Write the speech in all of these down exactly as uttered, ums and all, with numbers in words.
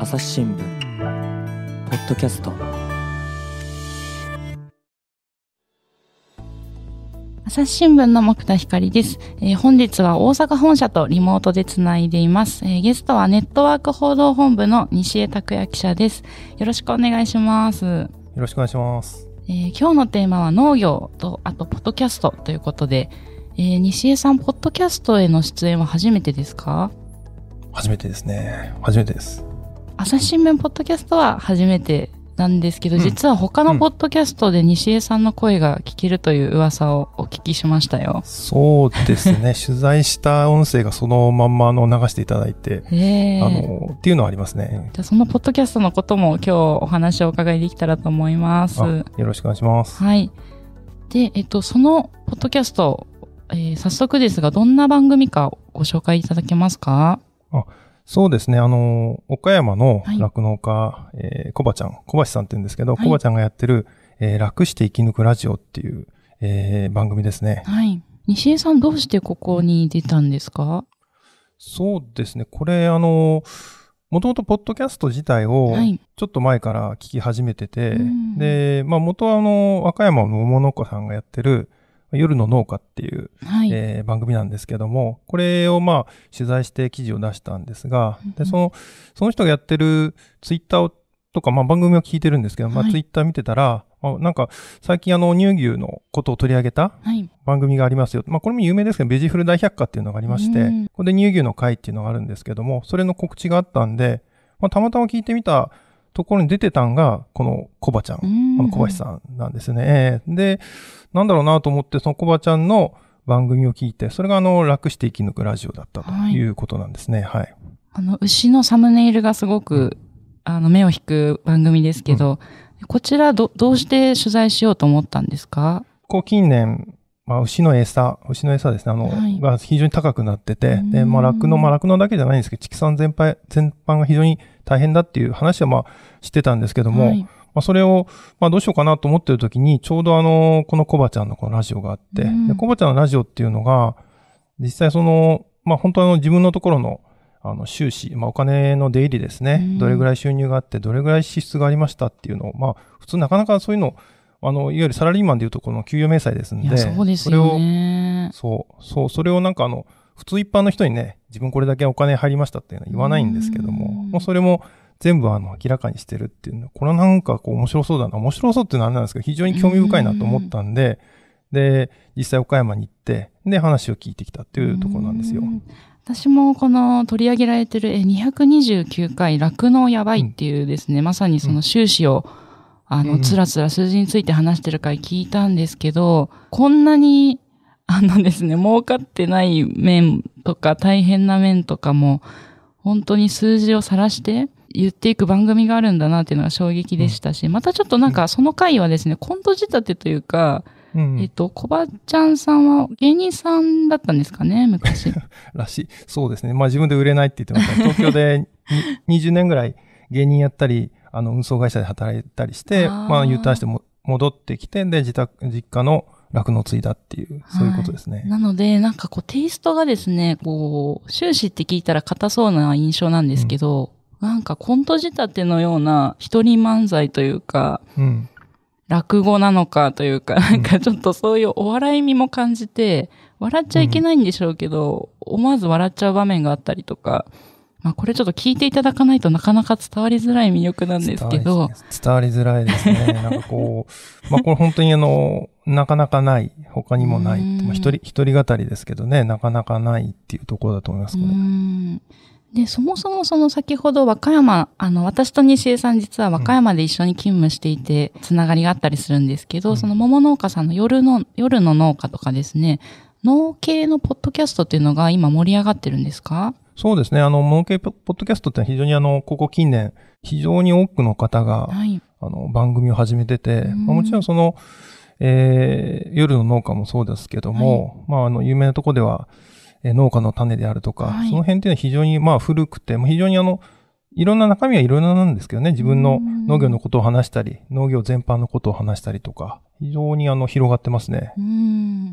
朝日新聞ポッドキャスト。 朝日新聞の木田光です、えー、本日は大阪本社とリモートでつないでいます、えー、ゲストはネットワーク報道本部の西江拓也記者です。よろしくお願いします。よろしくお願いします、 えー、今日のテーマは農業とあとポッドキャストということで、えー、西江さんポッドキャストへの出演は初めてですか？ 初めてですね。初めてです。 朝日新聞ポッドキャストは初めてなんですけど、うん、実は他のポッドキャストで西江さんの声が聞けるという噂をお聞きしましたよ。 そうですね。取材した音声がそのまんまの流していただいて、あのっていうのはありますね。 じゃあそのポッドキャストのことも今日お話をお伺いできたらと思います。 よろしくお願いします。 はい。で、えっとそのポッドキャスト、えー、早速ですがどんな番組かご紹介いただけますか？ あ、そうですね。あの、岡山の酪農家、はい、えー、コバちゃん、小橋さんって言うんですけど、はい、コバちゃんがやってる、えー、楽して生き抜くラジオっていう、えー、番組ですね。 はい。西江さんどうしてここに出たんですか？ そうですね。これ、あの、もともとポッドキャスト自体を、ちょっと前から聞き始めてて、はい、で、まあ元はあの、和歌山の桃農家さんがやってる、夜の農家っていう、はいえー、番組なんですけども、これをまあ取材して記事を出したんですが、うん、でそのその人がやってるツイッターとか、まあ、番組を聞いてるんですけど、はい、まあ、ツイッター見てたら、なんか最近あの乳牛のことを取り上げた番組がありますよ。はい、まあこれも有名ですけど、ベジフル大百科っていうのがありまして、うん、ここで乳牛の会っていうのがあるんですけども、それの告知があったんで、まあ、たまたま聞いてみたところに出てたんが、このコバちゃん、うんこの小橋さんなんですね。で、なんだろうなと思って、そのコバちゃんの番組を聞いて、それがあの、楽して生き抜くラジオだったということなんですね。はい。はい、 あの、牛のサムネイルがすごく、うん、あの、目を引く番組ですけど、うん、こちらど、どうして取材しようと思ったんですか？ こう近年、まあ、牛の餌、牛の餌ですね、あの、はい、が非常に高くなってて、で、まあ、酪農、まあ、酪農だけじゃないんですけど、畜産全般、全般が非常に大変だっていう話は、まあ、してたんですけども、はい、まあ、それを、まあ、どうしようかなと思ってる時に、ちょうどあの、このコバちゃんのこのラジオがあって、でコバちゃんのラジオっていうのが、実際その、まあ、本当あの、自分のところの、あの、収支、まあ、お金の出入りですね、どれぐらい収入があって、どれぐらい支出がありましたっていうのを、まあ、普通なかなかそういうのを、あの、いわゆるサラリーマンでいうとこの給与明細ですんで。いや、 そうですよね。 それを、そう、そう、それをなんかあの、普通一般の人にね、自分これだけお金入りましたっていうのは言わないんですけども、もうそれも全部あの、明らかにしてるっていうの、これなんかこう面白そうだな、面白そうっていうのはあれなんですけど、非常に興味深いなと思ったんで、で、実際岡山に行って、で、話を聞いてきたっていうところなんですよ。 私もこの取り上げられてるにひゃくにじゅうきゅうかい酪農やばいっていうですね、うん、まさにその収支を、うんあの、つらつら数字について話してる回聞いたんですけど、こんなに、あのですね、儲かってない面とか大変な面とかも、本当に数字を晒して言っていく番組があるんだなっていうのが衝撃でしたし、またちょっとなんかその回はですね、コント仕立てというか、うん、えっと、コバちゃんさんは芸人さんだったんですかね、昔。 らしい。そうですね。まあ自分で売れないって言ってました。東京でにじゅうねんぐらい芸人やったり、あの、運送会社で働いたりして、あまあ、U ターンしても戻ってきて、で、自宅、実家の酪農を継いだっていう、そういうことですね。はい、 なので、なんかこう、テイストがですね、こう、収支って聞いたら硬そうな印象なんですけど、うん、なんかコント仕立てのような一人漫才というか、うん、落語なのかというか、なんかちょっとそういうお笑い味も感じて、笑っちゃいけないんでしょうけど、うん、思わず笑っちゃう場面があったりとか、まあこれちょっと聞いていただかないとなかなか伝わりづらい魅力なんですけど。 伝わりづらいですね。なんかこう、まあこれ本当にあの、なかなかない、他にもない。まあ一人、一人語りですけどね、なかなかないっていうところだと思います、これ。 うんで、そもそもその先ほど和歌山、あの、私と西江さん実は和歌山で一緒に勤務していて、つながりがあったりするんですけど、うん、その桃農家さんの夜の、夜の農家とかですね、農系のポッドキャストっていうのが今盛り上がってるんですか？ そうですね。あの、農系ポッドキャストって非常にあの、ここ近年、非常に多くの方が、はい、あの、番組を始めてて、まあ、もちろんその、えー、夜の農家もそうですけども、はい、まあ、あの、有名なとこでは、えー、農家の種であるとか、はい、その辺っていうのは非常にまあ古くて、非常にあの、いろんな中身はいろいろなんですけどね、自分の農業のことを話したり、農業全般のことを話したりとか、非常にあの、広がってますね。 うん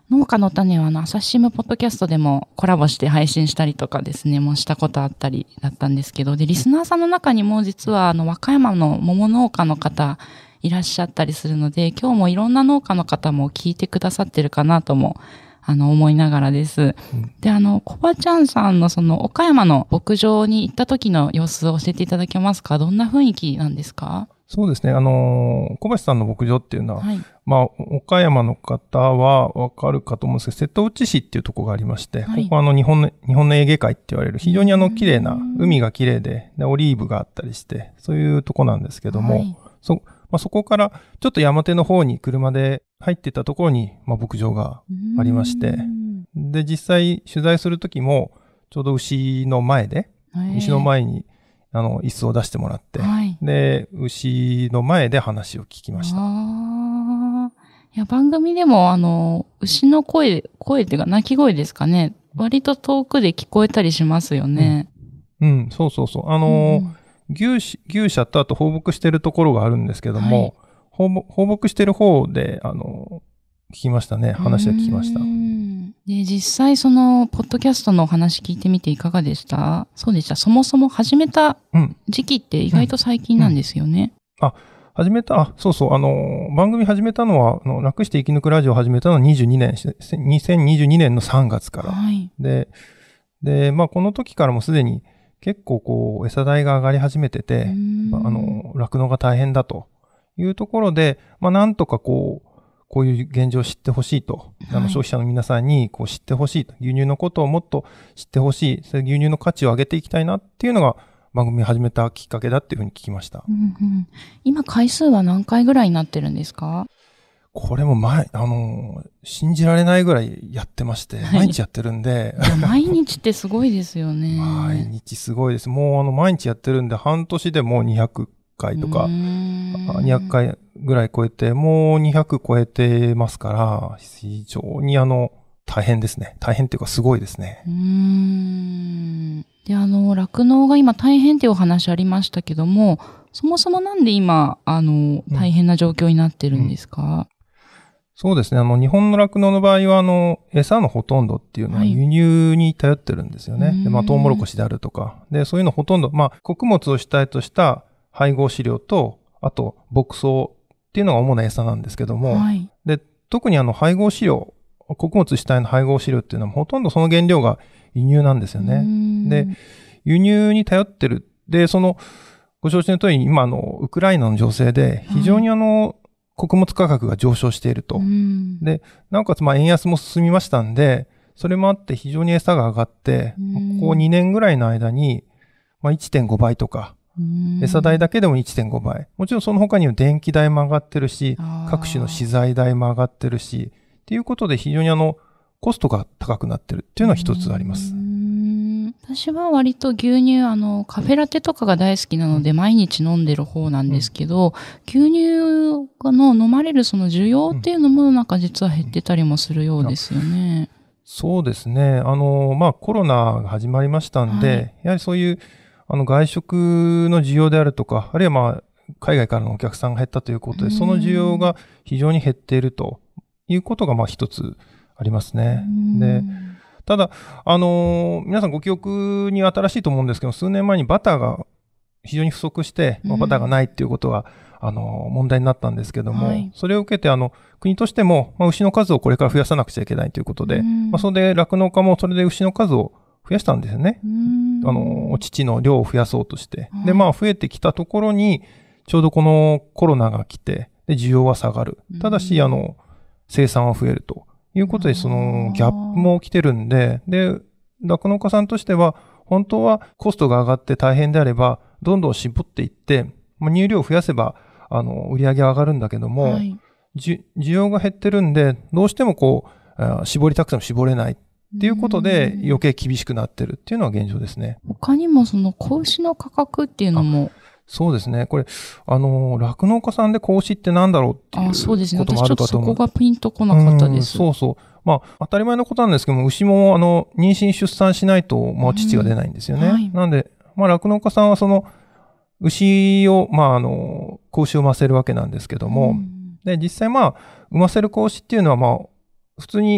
農家の種はあの、朝日新聞ポッドキャストでもコラボして配信したりとかですね、もうしたことあったりだったんですけど、で、リスナーさんの中にも実はあの、和歌山の桃農家の方いらっしゃったりするので、今日もいろんな農家の方も聞いてくださってるかなとも、あの、思いながらです。うん、で、あの、コバちゃんさんのその、岡山の牧場に行った時の様子を教えていただけますか？どんな雰囲気なんですか？ そうですね。あの、小橋さんの牧場っていうのは、はい、まあ、岡山の方はわかるかと思うんですけど、瀬戸内市っていうところがありまして、はい、ここはあの、日本の、日本のエーゲ海って言われる、非常にあの、綺麗な、海が綺麗で、で、オリーブがあったりして、そういうとこなんですけども、はい、そ、まあ、そこからちょっと山手の方に車で入っていったところに、まあ、牧場がありまして、で、実際取材するときも、ちょうど牛の前で、牛の前に、あの、椅子を出してもらって、はい、で、牛の前で話を聞きました。 あいや、番組でも、あの、牛の声、声っていうか、鳴き声ですかね。割と遠くで聞こえたりしますよね。 うん、うん、そうそうそう。あの、うん、牛、牛舎とあと放牧してるところがあるんですけども、はい、放牧、放牧してる方で、あの、聞きましたね。話は聞きました。 で、実際その、ポッドキャストのお話聞いてみていかがでした？そうでした。そもそも始めた時期って意外と最近なんですよね。 うんうん、あ、始めた、あ、そうそう、あの、番組始めたのは、あの、楽して生き抜くラジオを始めたのはにじゅうにねん、にせんにじゅうにねんのさんがつから。はい。で、で、まあ、この時からもすでに結構こう、餌代が上がり始めてて、あの、酪農が大変だというところで、まあ、なんとかこう、こういう現状を知ってほしいと、あの消費者の皆さんにこう知ってほしいと、牛乳のことをもっと知ってほしい、それ牛乳の価値を上げていきたいなっていうのが番組を始めたきっかけだっていうふうに聞きました。うんうん、 今回数は何回ぐらいになってるんですか？ これも前、あの、信じられないぐらいやってまして、はい、毎日やってるんで。 毎日ってすごいですよね。 毎日すごいです。もうあの毎日やってるんで、半年でもうにひゃっかいとか、にひゃっかいぐらい超えて、もうにひゃく超えてますから、非常にあの、大変ですね。大変っていうかすごいですね。 うーん。で、あの、酪農が今大変っていうお話ありましたけども、そもそもなんで今、あの、大変な状況になってるんですか？うんうん、 そうですね。あの、日本の酪農の場合は、あの、餌のほとんどっていうのは輸入に頼ってるんですよね。はい、で、まあ、トウモロコシであるとか。で、そういうのほとんど、まあ、穀物を主体とした配合飼料と、あと、牧草っていうのが主な餌なんですけども、はい、で、特にあの、配合飼料、穀物主体の配合飼料っていうのはほとんどその原料が輸入なんですよね。で、輸入に頼ってる。で、その、ご承知の通り、今あの、ウクライナの情勢で、非常にあの、はい、穀物価格が上昇していると。で、なおかつまあ円安も進みましたんで、それもあって非常に餌が上がって、ここにねんぐらいの間に、まあ いってんごばいとか、餌代だけでも いってんごばい。もちろんその他には電気代も上がってるし、各種の資材代も上がってるし、っていうことで非常にあの、コストが高くなってるっていうのは一つあります。 私は割と牛乳、あの、カフェラテとかが大好きなので毎日飲んでる方なんですけど、うん、牛乳の飲まれるその需要っていうのもなんか実は減ってたりもするようですよね。うん、 そうですね。あの、まあ、コロナが始まりましたんで、はい、やはりそういう、あの、外食の需要であるとか、あるいはまあ、海外からのお客さんが減ったということで、その需要が非常に減っているということがまあ一つありますね。で、ただ、あのー、皆さんご記憶に新しいと思うんですけど、数年前にバターが非常に不足して、まあ、バターがないっていうことが、あのー、問題になったんですけども、はい、それを受けて、あの、国としても、まあ、牛の数をこれから増やさなくちゃいけないということで、まあ、それで酪農家もそれで牛の数を増やしたんですよね。あの、お乳の量を増やそうとして。で、まあ、増えてきたところに、ちょうどこのコロナが来て、で、需要は下がる。ただし、あの、生産は増えるということで、そのギャップも起きてるんで、で、酪農家さんとしては、本当はコストが上がって大変であれば、どんどん絞っていって、まあ、乳量を増やせば、あの、売り上げは上がるんだけども、はい、需要が減ってるんで、どうしてもこう、絞りたくても絞れないっていうことで、余計厳しくなってるっていうのは現状ですね。 他にもその子牛の価格っていうのも、 そうですね。これ、あの、酪農家さんで子牛ってなんだろうっていうこともあるかと思う。あ、そうですね。私ちょっとそこがピンとこなかったです。 そうそう。まあ、当たり前のことなんですけども、牛も、あの、妊娠出産しないと、まあ、乳が出ないんですよね。はい、なんで、まあ、酪農家さんはその、牛を、まあ、あの、子牛を産ませるわけなんですけども、で、実際まあ、産ませる子牛っていうのは、まあ、普通に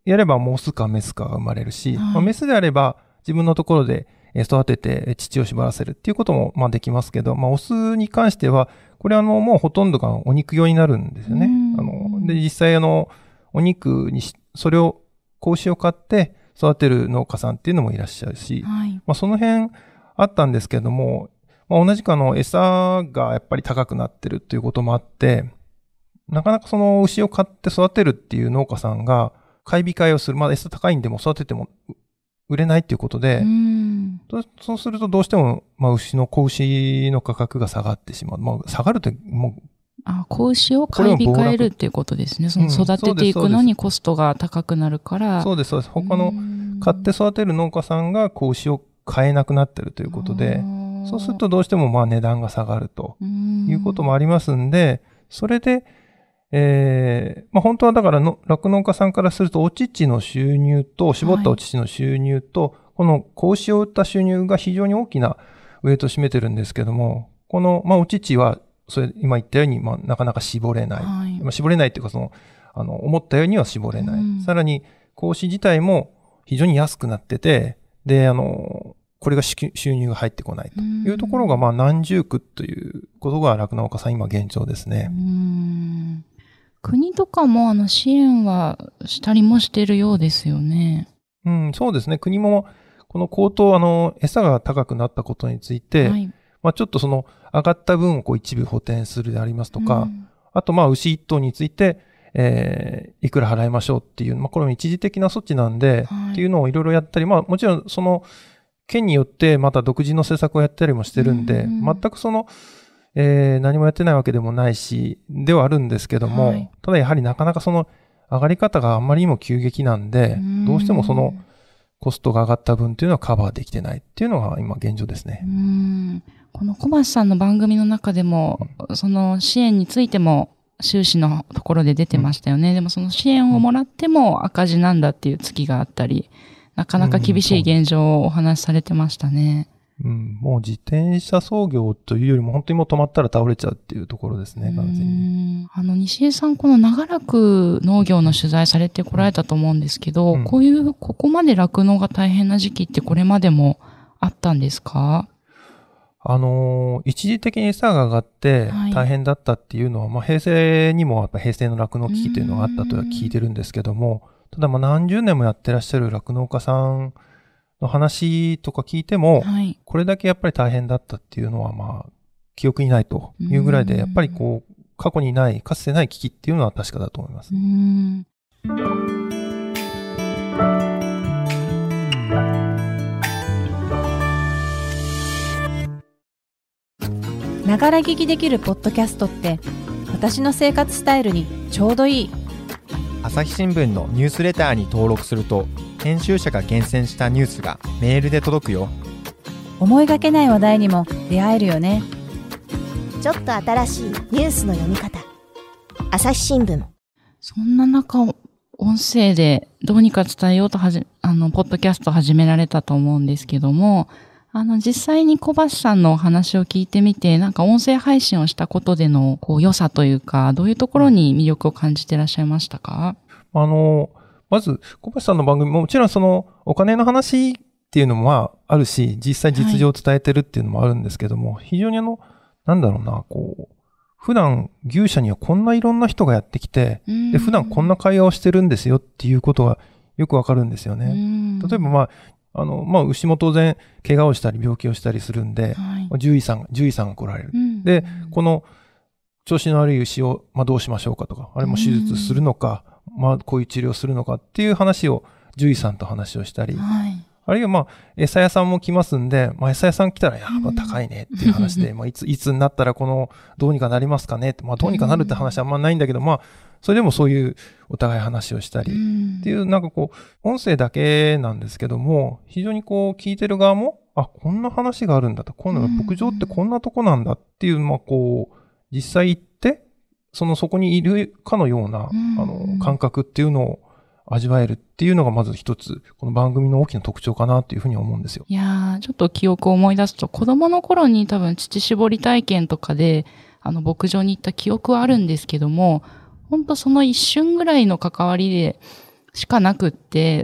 やればもうオスかメスかが生まれるし、 はい、 まあ、メスであれば自分のところで育てて乳を絞らせるっていうこともまあできますけど、まあ、オスに関しては、これあの、もうほとんどがお肉用になるんですよね。あの、で、実際あの、お肉にし、それを、子牛を買って育てる農家さんっていうのもいらっしゃるし、 はい、 まあその辺あったんですけども、まあ、同じくあの、餌がやっぱり高くなってるっていうこともあって、なかなかその牛を買って育てるっていう農家さんが、買い控えをする。まあ餌高いんでも育てても売れないっていうことで、 うんそうするとどうしても、まあ牛の、子牛の価格が下がってしまう。まあ下がるともう、 あ、子牛を買い控えるっていうことですね。その育てていくのにコストが高くなるから。 そうです、そうです。他の買って育てる農家さんが子牛を買えなくなってるということで、そうするとどうしてもまあ値段が下がるということもありますんで、それで、えー、まあ本当はだからの、酪農家さんからするとお乳の収入と、絞ったお乳の収入と、はい、この子牛を売った収入が非常に大きなウェイトを占めてるんですけども、この、まあお乳は、それ、今言ったように、まあ、なかなか絞れない。はい、まあ、絞れないっていうか、その、あの、思ったようには絞れない。うん、さらに、子牛自体も非常に安くなってて、で、あの、これが収入が入ってこないというところが、まあ、難重苦ということが、酪農家さん今現状ですね。 うん、国とかも、あの、支援はしたりもしてるようですよね。 うん、そうですね。国も、この高騰、あの、餌が高くなったことについて、はい、まあちょっとその上がった分をこう一部補填するでありますとか、うん、あとまあ牛一頭について、えー、いくら払いましょうっていう、まあこれも一時的な措置なんで、はい、っていうのをいろいろやったり、まあもちろんその県によってまた独自の施策をやったりもしてるんで、うんうん、全くその、えー、何もやってないわけでもないし、ではあるんですけども、はい、ただやはりなかなかその上がり方があんまりにも急激なんで、うん、どうしてもそのコストが上がった分っていうのはカバーできてないっていうのが今現状ですね。 うんこの小橋さんの番組の中でも、うん、その支援についても収支のところで出てましたよね。うん、でもその支援をもらっても赤字なんだっていう月があったり、なかなか厳しい現状をお話しされてましたね。 うん、もう自転車操業というよりも本当にもう止まったら倒れちゃうっていうところですね、完全に。 あの、西江さん、この長らく農業の取材されてこられたと思うんですけど、うん、こういう、ここまで酪農が大変な時期ってこれまでもあったんですか？ あのー、一時的に餌が上がって大変だったっていうのは、はい、まあ平成にもやっぱ平成の酪農危機というのがあったとは聞いてるんですけども、ただまあ何十年もやってらっしゃる酪農家さんの話とか聞いても、はい、これだけやっぱり大変だったっていうのはまあ記憶にないというぐらいで、やっぱりこう過去にない、かつてない危機っていうのは確かだと思います。うーんながら聞きできるポッドキャストって私の生活スタイルにちょうどいい。 朝日新聞のニュースレターに登録すると編集者が厳選したニュースがメールで届くよ。 思いがけない話題にも出会えるよね。 ちょっと新しいニュースの読み方。朝日新聞。 そんな中、音声でどうにか伝えようとはじ、あの、ポッドキャスト始められたと思うんですけども、あの、実際に小橋さんのお話を聞いてみて、なんか音声配信をしたことでの、こう、良さというか、どういうところに魅力を感じていらっしゃいましたか？ あの、まず、小橋さんの番組ももちろんその、お金の話っていうのもまあ、あるし、実際実情を伝えてるっていうのもあるんですけども、はい、非常にあの、なんだろうな、こう、普段牛舎にはこんないろんな人がやってきて、で、普段こんな会話をしてるんですよっていうことがよくわかるんですよね。例えばまあ、あの、まあ、牛も当然、怪我をしたり病気をしたりするんで、はい、獣医さんが、獣医さんが来られる。うん、で、この、調子の悪い牛を、まあ、どうしましょうかとか、あれも手術するのか、まあ、こういう治療するのかっていう話を、獣医さんと話をしたり、はい、あるいはまあ、餌屋さんも来ますんで、まあ、餌屋さん来たら、やっぱ高いねっていう話で、まあ、いつ、いつになったらこの、どうにかなりますかねって、まあ、どうにかなるって話はあんまないんだけど、まあ、それでもそういうお互い話をしたりっていう、なんかこう、音声だけなんですけども、非常にこう聞いてる側も、あ、こんな話があるんだと、こんな牧場ってこんなとこなんだっていう、まあこう、実際行って、そのそこにいるかのような、あの、感覚っていうのを味わえるっていうのがまず一つ、この番組の大きな特徴かなっていうふうに思うんですよ。 いやー、ちょっと記憶を思い出すと、子供の頃に多分乳搾り体験とかで、あの、牧場に行った記憶はあるんですけども、ほんとその一瞬ぐらいの関わりで、 しかなくって、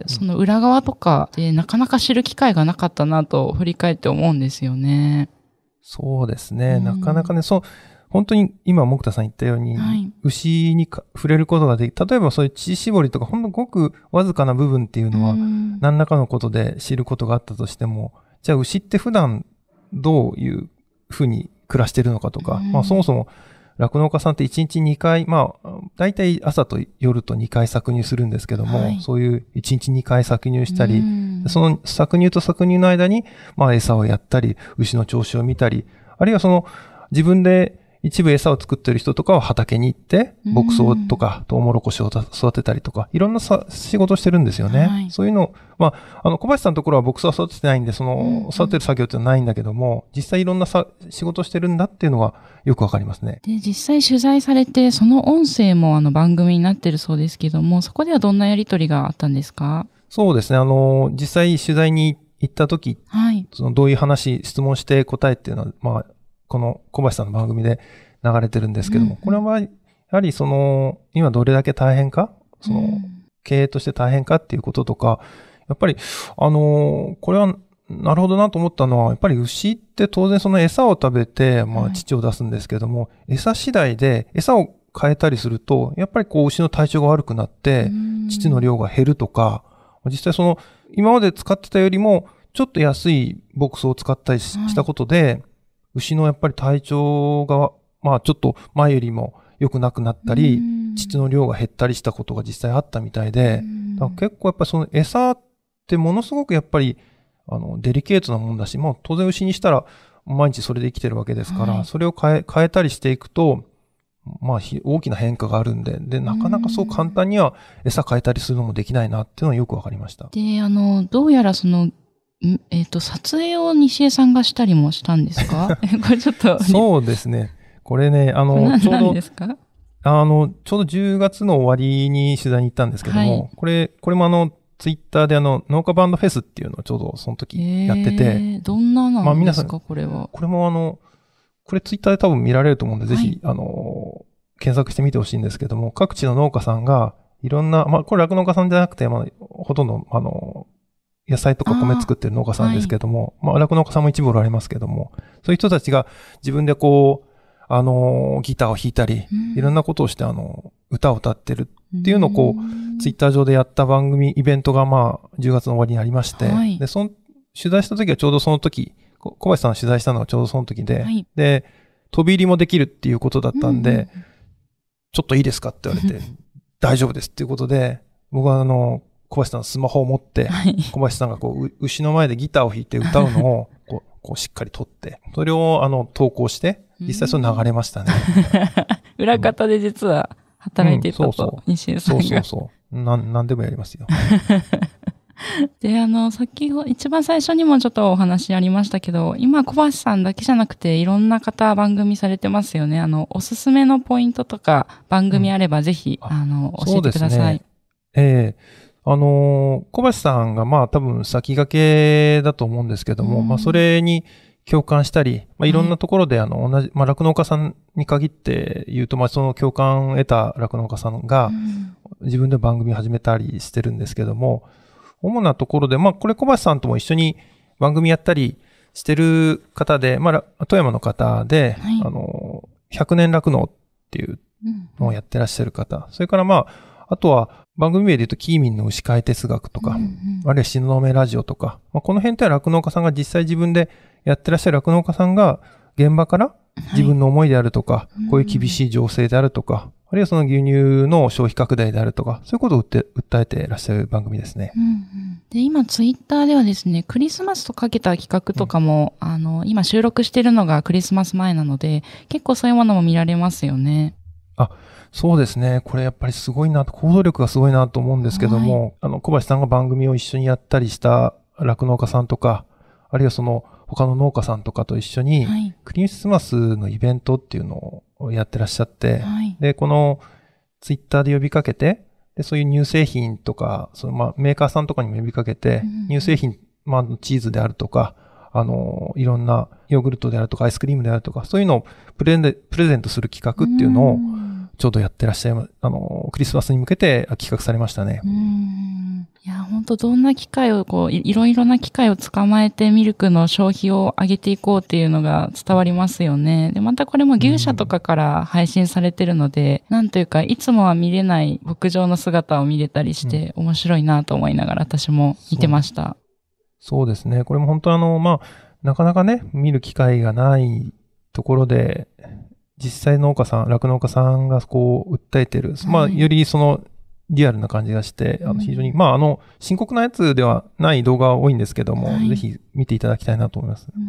その裏側とかでなかなか知る機会がなかったなと振り返って思うんですよね。 そうですね。なかなかね、そう、本当に今、木田さん言ったように、はい、牛に触れることができ、例えばそういう乳搾りとか、ほんのごくわずかな部分っていうのは、何らかのことで知ることがあったとしても、じゃあ牛って普段どういうふうに暮らしてるのかとか、まあそもそも、酪農家さんっていちにちにかい、まあ、だいたい朝と夜とにかい搾乳するんですけども、はい、そういういちにちにかい搾乳したり、その搾乳と搾乳の間に、まあ餌をやったり、牛の調子を見たり、あるいはその自分で一部餌を作ってる人とかは畑に行って、牧草とかトウモロコシを育てたりとか、いろんなさ仕事をしてるんですよね。はい、そういうの、まあ、あの、小林さんのところは牧草は育ててないんで、その、育てる作業ってのはないんだけども、実際いろんなさ仕事をしてるんだっていうのはよくわかりますね。 で、実際取材されて、その音声もあの番組になってるそうですけども、そこではどんなやりとりがあったんですか？ そうですね。あの、実際取材に行った時、はい、そのどういう話、質問して答えっていうのは、まあ、この小林さんの番組で流れてるんですけども、うんうん、これはやはりその、今どれだけ大変か、その、うん、経営として大変かっていうこととか、やっぱり、あの、これは、なるほどなと思ったのは、やっぱり牛って当然その餌を食べて、まあ、乳を出すんですけども、はい、餌次第で餌を変えたりすると、やっぱりこう牛の体調が悪くなって、乳の量が減るとか、実際その、今まで使ってたよりも、ちょっと安い牧草を使ったりしたことで、はい、牛のやっぱり体調が、まあちょっと前よりも良くなくなったり、乳の量が減ったりしたことが実際あったみたいで、だから結構やっぱりその餌ってものすごくやっぱり、あの、デリケートなもんだし、まあ当然牛にしたら毎日それで生きてるわけですから、はい、それを変え、変えたりしていくと、まあ大きな変化があるんで、で、なかなかそう簡単には餌変えたりするのもできないなっていうのはよくわかりました。 で、あの、どうやらその、えっと、撮影を西江さんがしたりもしたんですか？これちょっと。 そうですね。これね、あの、ちょうど、あの、ちょうどじゅうがつの終わりに取材に行ったんですけども、はい、これ、これもあの、ツイッターであの、農家バンドフェスっていうのをちょうどその時やってて。えー、どんななんですか、これは。 これもあの、これツイッターで多分見られると思うんで、はい、ぜひ、あの、検索してみてほしいんですけども、各地の農家さんが、いろんな、まあ、これ酪農家さんじゃなくて、まあ、ほとんど、あの、野菜とか米作ってる農家さんですけども、はい、まあ、酪農家さんも一部おられますけども、そういう人たちが自分でこう、あの、ギターを弾いたり、いろんなことをして、あの、歌を歌ってるっていうのをこう、ツイッター上でやった番組、イベントがまあ、じゅうがつの終わりにありまして、はい、で、その、取材した時はちょうどその時、小林さんが取材したのはちょうどその時で、はい、で、飛び入りもできるっていうことだったんで、うんうん、ちょっといいですかって言われて、大丈夫ですっていうことで、僕はあの、小林さんのスマホを持って、はい、小林さんがこう、牛の前でギターを弾いて歌うのを、こう、こうしっかり撮って、それをあの、投稿して、実際それ流れましたね。 裏方で実は働いていたと、うん、そうそう、西江さんが。 そうそうそう。なん、なんでもやりますよ。 で、あの、先ほど、一番最初にもちょっとお話ありましたけど、今小橋さんだけじゃなくて、いろんな方番組されてますよね。あの、おすすめのポイントとか番組あれば、ぜひ、うん、あの、教えてください。そうですね。 ええー、あのー、小橋さんがまあ多分先駆けだと思うんですけども、うん、まあそれに、共感したり、まあ、いろんなところで、あの、同じ、まあ、酪農家さんに限って言うと、まあ、その共感を得た酪農家さんが、自分で番組を始めたりしてるんですけども、主なところで、まあ、これ小橋さんとも一緒に番組やったりしてる方で、まあ、富山の方で、はい、あの、ひゃくねん酪農っていうのをやってらっしゃる方、それからまあ、あとは番組名で言うと、キーミンの牛飼い哲学とか、うんうん、あるいは東雲ラジオとか、まあ、この辺って酪農家さんが実際自分でやってらっしゃる酪農家さんが現場から自分の思いであるとか、はい、こういう厳しい情勢であるとか、あるいはその牛乳の消費拡大であるとか、そういうことを訴え、訴えていらっしゃる番組ですね。 うんうん、で、今ツイッターではですね、クリスマスとかけた企画とかも、うん、あの、今収録してるのがクリスマス前なので、結構そういうものも見られますよね。 あ、そうですね。これやっぱりすごいな、行動力がすごいなと思うんですけども、はい、あの、小橋さんが番組を一緒にやったりした酪農家さんとか、あるいはその他の農家さんとかと一緒に、はい、クリスマスのイベントっていうのをやってらっしゃって、はい、で、このツイッターで呼びかけて、で、そういう乳製品とか、そのまあメーカーさんとかにも呼びかけて、うん、乳製品、まあチーズであるとか、あの、いろんなヨーグルトであるとかアイスクリームであるとか、そういうのをプレゼン、プレゼントする企画っていうのを、 ちょうどやってらっしゃいま、あの、クリスマスに向けて企画されましたね。 うーん。いや、本当どんな機会を、こうい、いろいろな機会を捕まえてミルクの消費を上げていこうっていうのが伝わりますよね。で、またこれも牛舎とかから配信されてるので、うん、なんというか、いつもは見れない牧場の姿を見れたりして、面白いなと思いながら私も見てました。 そう、そうですね。これも本当あの、まあ、なかなかね、見る機会がないところで、実際農家さん、酪農家さんがこう、訴えてる、まあ、よりその、リアルな感じがして、あの、非常に、うん、まあ、あの、深刻なやつではない動画が多いんですけども、はい、ぜひ見ていただきたいなと思います。 うん、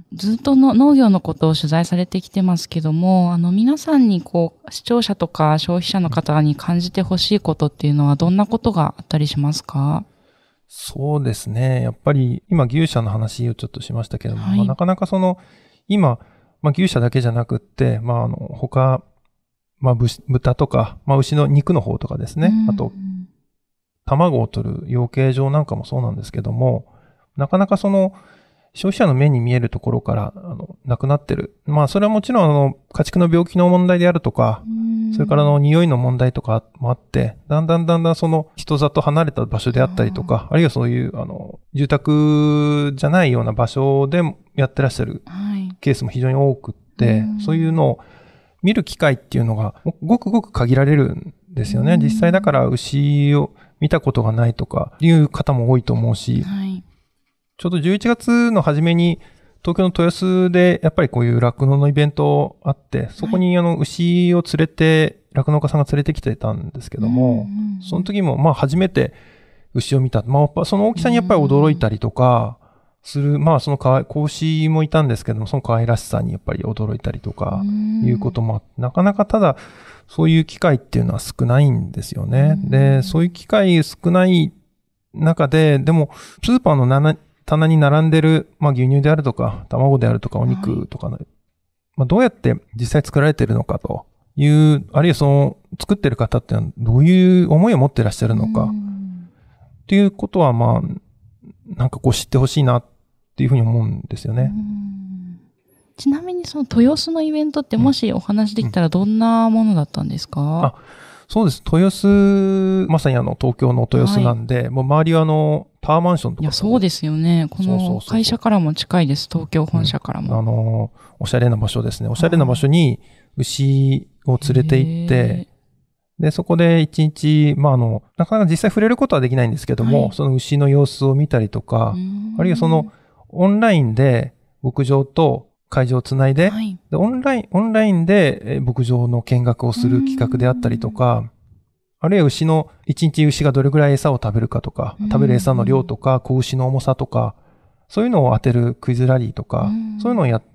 ずっとの農業のことを取材されてきてますけども、あの、皆さんにこう、視聴者とか消費者の方に感じてほしいことっていうのはどんなことがあったりしますか？ そうですね。やっぱり、今、牛舎の話をちょっとしましたけども、 はい、 まあ、なかなかその、今、まあ、牛舎だけじゃなくって、まあ、あの、他、まあ、豚とか、まあ、牛の肉の方とかですね。あと、卵を取る養鶏場なんかもそうなんですけども、なかなかその、消費者の目に見えるところから、あの、なくなってる。まあ、それはもちろん、あの、家畜の病気の問題であるとか、それからの匂いの問題とかもあって、だんだんだんだんその人里離れた場所であったりとか、あるいはそういう、あの、住宅じゃないような場所でやってらっしゃるケースも非常に多くって、そういうのを見る機会っていうのがごくごく限られるんですよね。実際だから牛を見たことがないとかいう方も多いと思うし、はい、ちょうどじゅういちがつの初めに東京の豊洲でやっぱりこういう酪農のイベントあって、そこにあの牛を連れて、酪農家さんが連れてきてたんですけども、その時もまあ初めて牛を見た。まあその大きさにやっぱり驚いたりとかする、まあそのかわい、子牛もいたんですけども、その可愛らしさにやっぱり驚いたりとかいうこともあって、なかなかただそういう機会っていうのは少ないんですよね。で、そういう機会少ない中で、でもスーパーのなな棚に並んでる、まあ牛乳であるとか、卵であるとか、お肉とかの、はい、まあどうやって実際作られているのかという、あるいはその作ってる方ってのはどういう思いを持ってらっしゃるのか、っていうことはまあ、なんかこう知ってほしいなっていうふうに思うんですよね。 ちなみにその豊洲のイベントってもしお話できたらどんなものだったんですか？うんうん、あそうです。豊洲、まさにあの東京の豊洲なんで、はい、もう周りはあのタワーマンションとか。 いや、そうですよね。この会社からも近いです。東京本社からも。 うん、あの、おしゃれな場所ですね。おしゃれな場所に牛を連れて行って、で、そこで一日、まああの、なかなか実際触れることはできないんですけども、はい、その牛の様子を見たりとか、あるいはそのオンラインで牧場と会場をつないで、はい、でオンライン、オンラインで牧場の見学をする企画であったりとか、あるいは牛の、一日牛がどれぐらい餌を食べるかとか、食べる餌の量とか、子牛の重さとか、そういうのを当てるクイズラリーとか、そういうのをやって、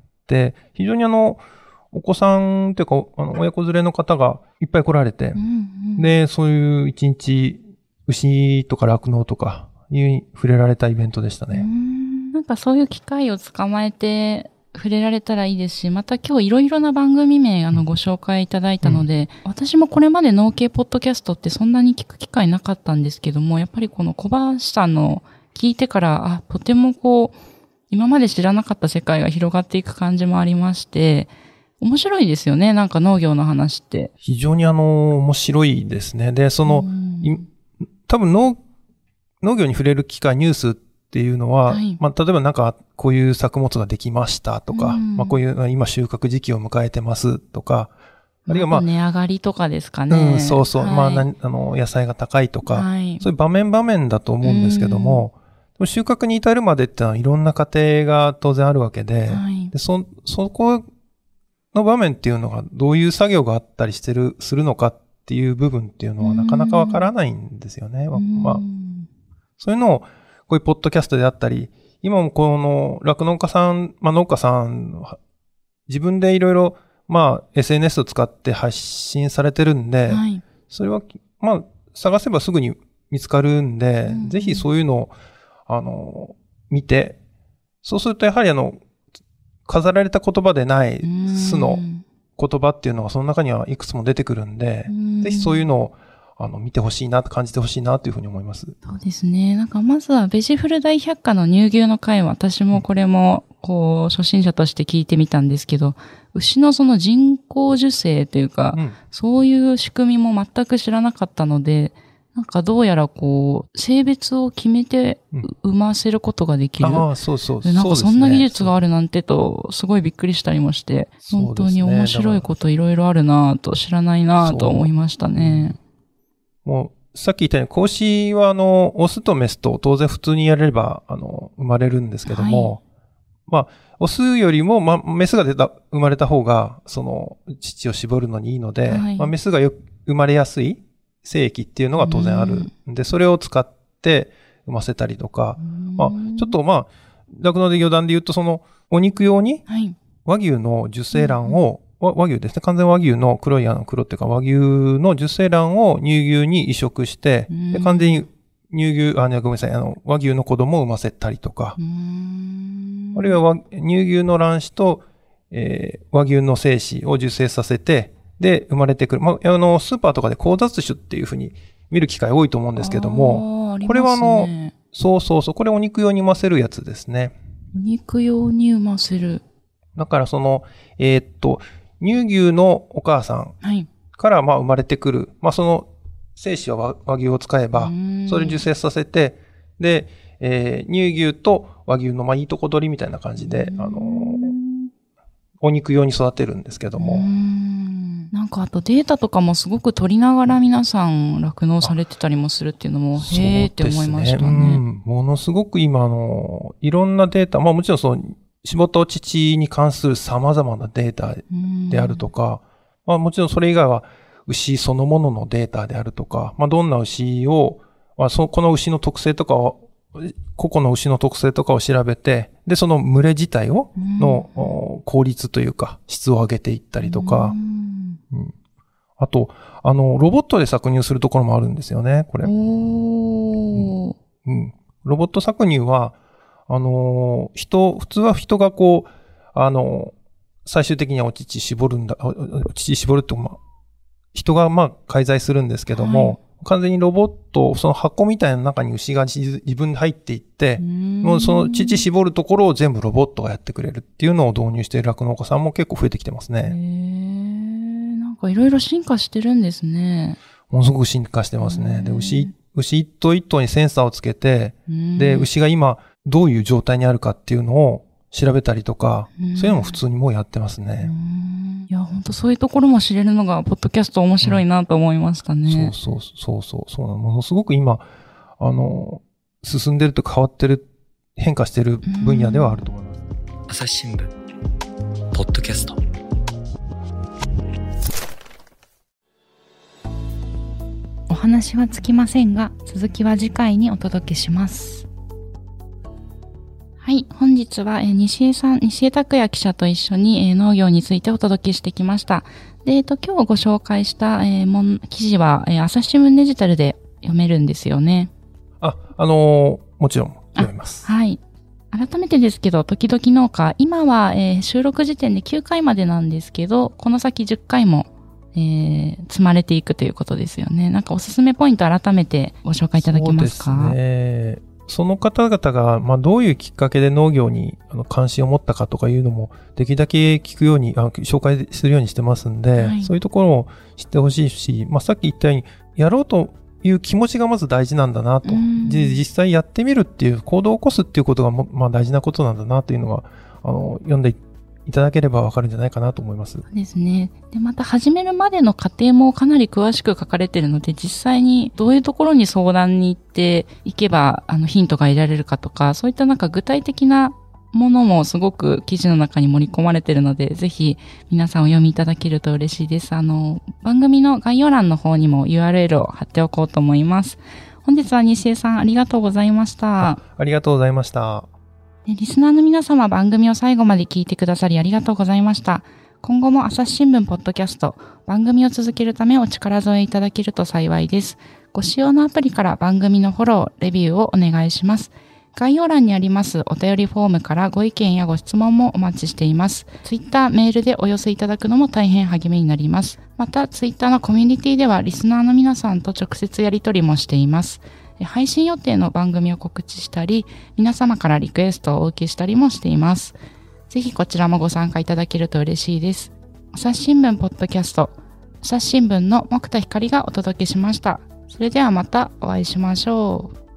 非常にあの、お子さんというか、あの親子連れの方がいっぱい来られて、で、そういう一日、牛とか酪農とか、いう触れられたイベントでしたね。 なんかそういう機会を捕まえて、触れられたらいいですし、また今日いろいろな番組名あのご紹介いただいたので、うん、私もこれまで農系ポッドキャストってそんなに聞く機会なかったんですけども、やっぱりこの小林さんの聞いてから、あ、とてもこう、今まで知らなかった世界が広がっていく感じもありまして、面白いですよね、なんか農業の話って。 非常にあの、面白いですね。で、その、多分農、農業に触れる機会、ニュースっていうのは、はい、まあ、例えばなんか、こういう作物ができましたとか、うん、まあ、こういう今収穫時期を迎えてますとか、あるいはまあ、 値上がりとかですかね。 うん、そうそう。はい、まあ、なあの、野菜が高いとか、はい、そういう場面場面だと思うんですけども、うん、収穫に至るまでってのはいろんな過程が当然あるわけで、はい、でそ、そこの場面っていうのがどういう作業があったりしてる、するのかっていう部分っていうのはなかなかわからないんですよね。うん、まあ、そういうのを、こういうポッドキャストであったり、今もこの酪農家さん、まあ農家さん、自分でいろいろ、まあ エスエヌエス を使って発信されてるんで、はい、それは、まあ探せばすぐに見つかるんで、うん、ぜひそういうのを、あの、見て、そうするとやはりあの、飾られた言葉でない素の言葉っていうのがその中にはいくつも出てくるんで、うん、ぜひそういうのを、 あの、見てほしいな、感じてほしいなというふうに思います。 そうですね。なんかまずはベジフル大百科の乳牛の回は私もこれも、こう、初心者として聞いてみたんですけど、牛のその人工授精というか、うん、そういう仕組みも全く知らなかったので、なんかどうやらこう、性別を決めて産ませることができる。うん、 ああ、そうそうそう。 なんかそんな技術があるなんてと、すごいびっくりしたりもして、本当に面白いこといろいろあるなぁと、知らないなぁと思いましたね。 もう、さっき言ったように、子牛はあの、オスとメスと当然普通にやれば、あの、生まれるんですけども、はい、まあ、オスよりも、まあ、メスが出た、生まれた方が、その、乳を絞るのにいいので、はい、まあ、メスがよ生まれやすい精液っていうのが当然あるんで、それを使って産ませたりとか、まあ、ちょっとまあ、酪農で余談で言うと、その、お肉用に、和牛の受精卵を、はい、和牛ですね。完全和牛の黒いあの黒っていうか和牛の受精卵を乳牛に移植して、で完全に乳牛、あ、ね、ごめんなさい、あの、和牛の子供を産ませたりとか、あるいは和乳牛の卵子と、えー、和牛の精子を受精させて、で、生まれてくる。まあ、あの、スーパーとかで交雑種っていうふうに見る機会多いと思うんですけども、 ね、 これはあの、そうそうそう、これお肉用に産ませるやつですね。 お肉用に産ませる。 だからその、えー、っと、乳牛のお母さんからまあ生まれてくる、はい、まあその精子は和牛を使えば、それを受精させて、で、えー、乳牛と和牛のまあいいとこ取りみたいな感じで、あのー、お肉用に育てるんですけども。 なんかあとデータとかもすごく取りながら皆さん酪農されてたりもするっていうのも、へーって思いましたね。 うん、ものすごく今あの、いろんなデータ、まあもちろんその、絞ったお乳に関する様々なデータであるとか、まあもちろんそれ以外は牛そのもののデータであるとか、まあどんな牛を、まあそこの牛の特性とかを、個々の牛の特性とかを調べて、でその群れ自体を、の効率というか質を上げていったりとか、うん、あと、あの、ロボットで搾乳するところもあるんですよね、これ。 おー。 うん。ロボット搾乳は、あの、人、普通は人がこう、あの、最終的にはお乳絞るんだ、お乳絞るって、まあ、人がまあ介在するんですけども、はい、完全にロボット、その箱みたいな中に牛が自分で入っていって、もうその乳絞るところを全部ロボットがやってくれるっていうのを導入している酪農家さんも結構増えてきてますね。 へー、なんかいろいろ進化してるんですね。 ものすごく進化してますね。で、牛、牛一頭一頭にセンサーをつけて、で、牛が今どういう状態にあるかっていうのを調べたりとか、そういうのも普通にもうやってますね。 いや、本当そういうところも知れるのが、ポッドキャスト面白いなと思いましたね。 うん、そうそう、そうそう、そうなの。ものすごく今、あの、進んでると変わってる、変化してる分野ではあると思います。 朝日新聞、ポッドキャスト。 お話はつきませんが、続きは次回にお届けします。はい。本日は、えー、西江さん、西江拓也記者と一緒に、えー、農業についてお届けしてきました。で、えっと、今日ご紹介した、えー、もん記事は、えー、朝日新聞デジタルで読めるんですよね。 あ、あのー、もちろん読めます。 はい。改めてですけど、時々農家、今は、えー、収録時点できゅうかいまでなんですけど、この先じゅっかいも、えー、積まれていくということですよね。なんかおすすめポイント改めてご紹介いただけますか？ そうですね。その方々が、まあ、どういうきっかけで農業にあの関心を持ったかとかいうのも、できるだけ聞くように、あ紹介するようにしてますんで、はい、そういうところを知ってほしいし、まあ、さっき言ったように、やろうという気持ちがまず大事なんだなと。で、実際やってみるっていう、行動を起こすっていうことがも、まあ、大事なことなんだなというのが、あの、読んでいただければわかるんじゃないかなと思います。そうですね。で、また始めるまでの過程もかなり詳しく書かれているので、実際にどういうところに相談に行っていけば、あの、ヒントが得られるかとか、そういったなんか具体的なものもすごく記事の中に盛り込まれているので、ぜひ皆さんお読みいただけると嬉しいです。あの、番組の概要欄の方にも ユーアールエル を貼っておこうと思います。本日は西江さんありがとうございました。 あ、ありがとうございました。 リスナーの皆様、番組を最後まで聞いてくださりありがとうございました。今後も朝日新聞ポッドキャスト、番組を続けるためお力添えいただけると幸いです。ご使用のアプリから番組のフォロー、レビューをお願いします。概要欄にありますお便りフォームからご意見やご質問もお待ちしています。ツイッター、メールでお寄せいただくのも大変励みになります。 また、ツイッターのコミュニティではリスナーの皆さんと直接やり取りもしています。配信予定の番組を告知したり、皆様からリクエストをお受けしたりもしています。ぜひこちらもご参加いただけると嬉しいです。朝日新聞ポッドキャスト、朝日新聞の木田光がお届けしました。それではまたお会いしましょう。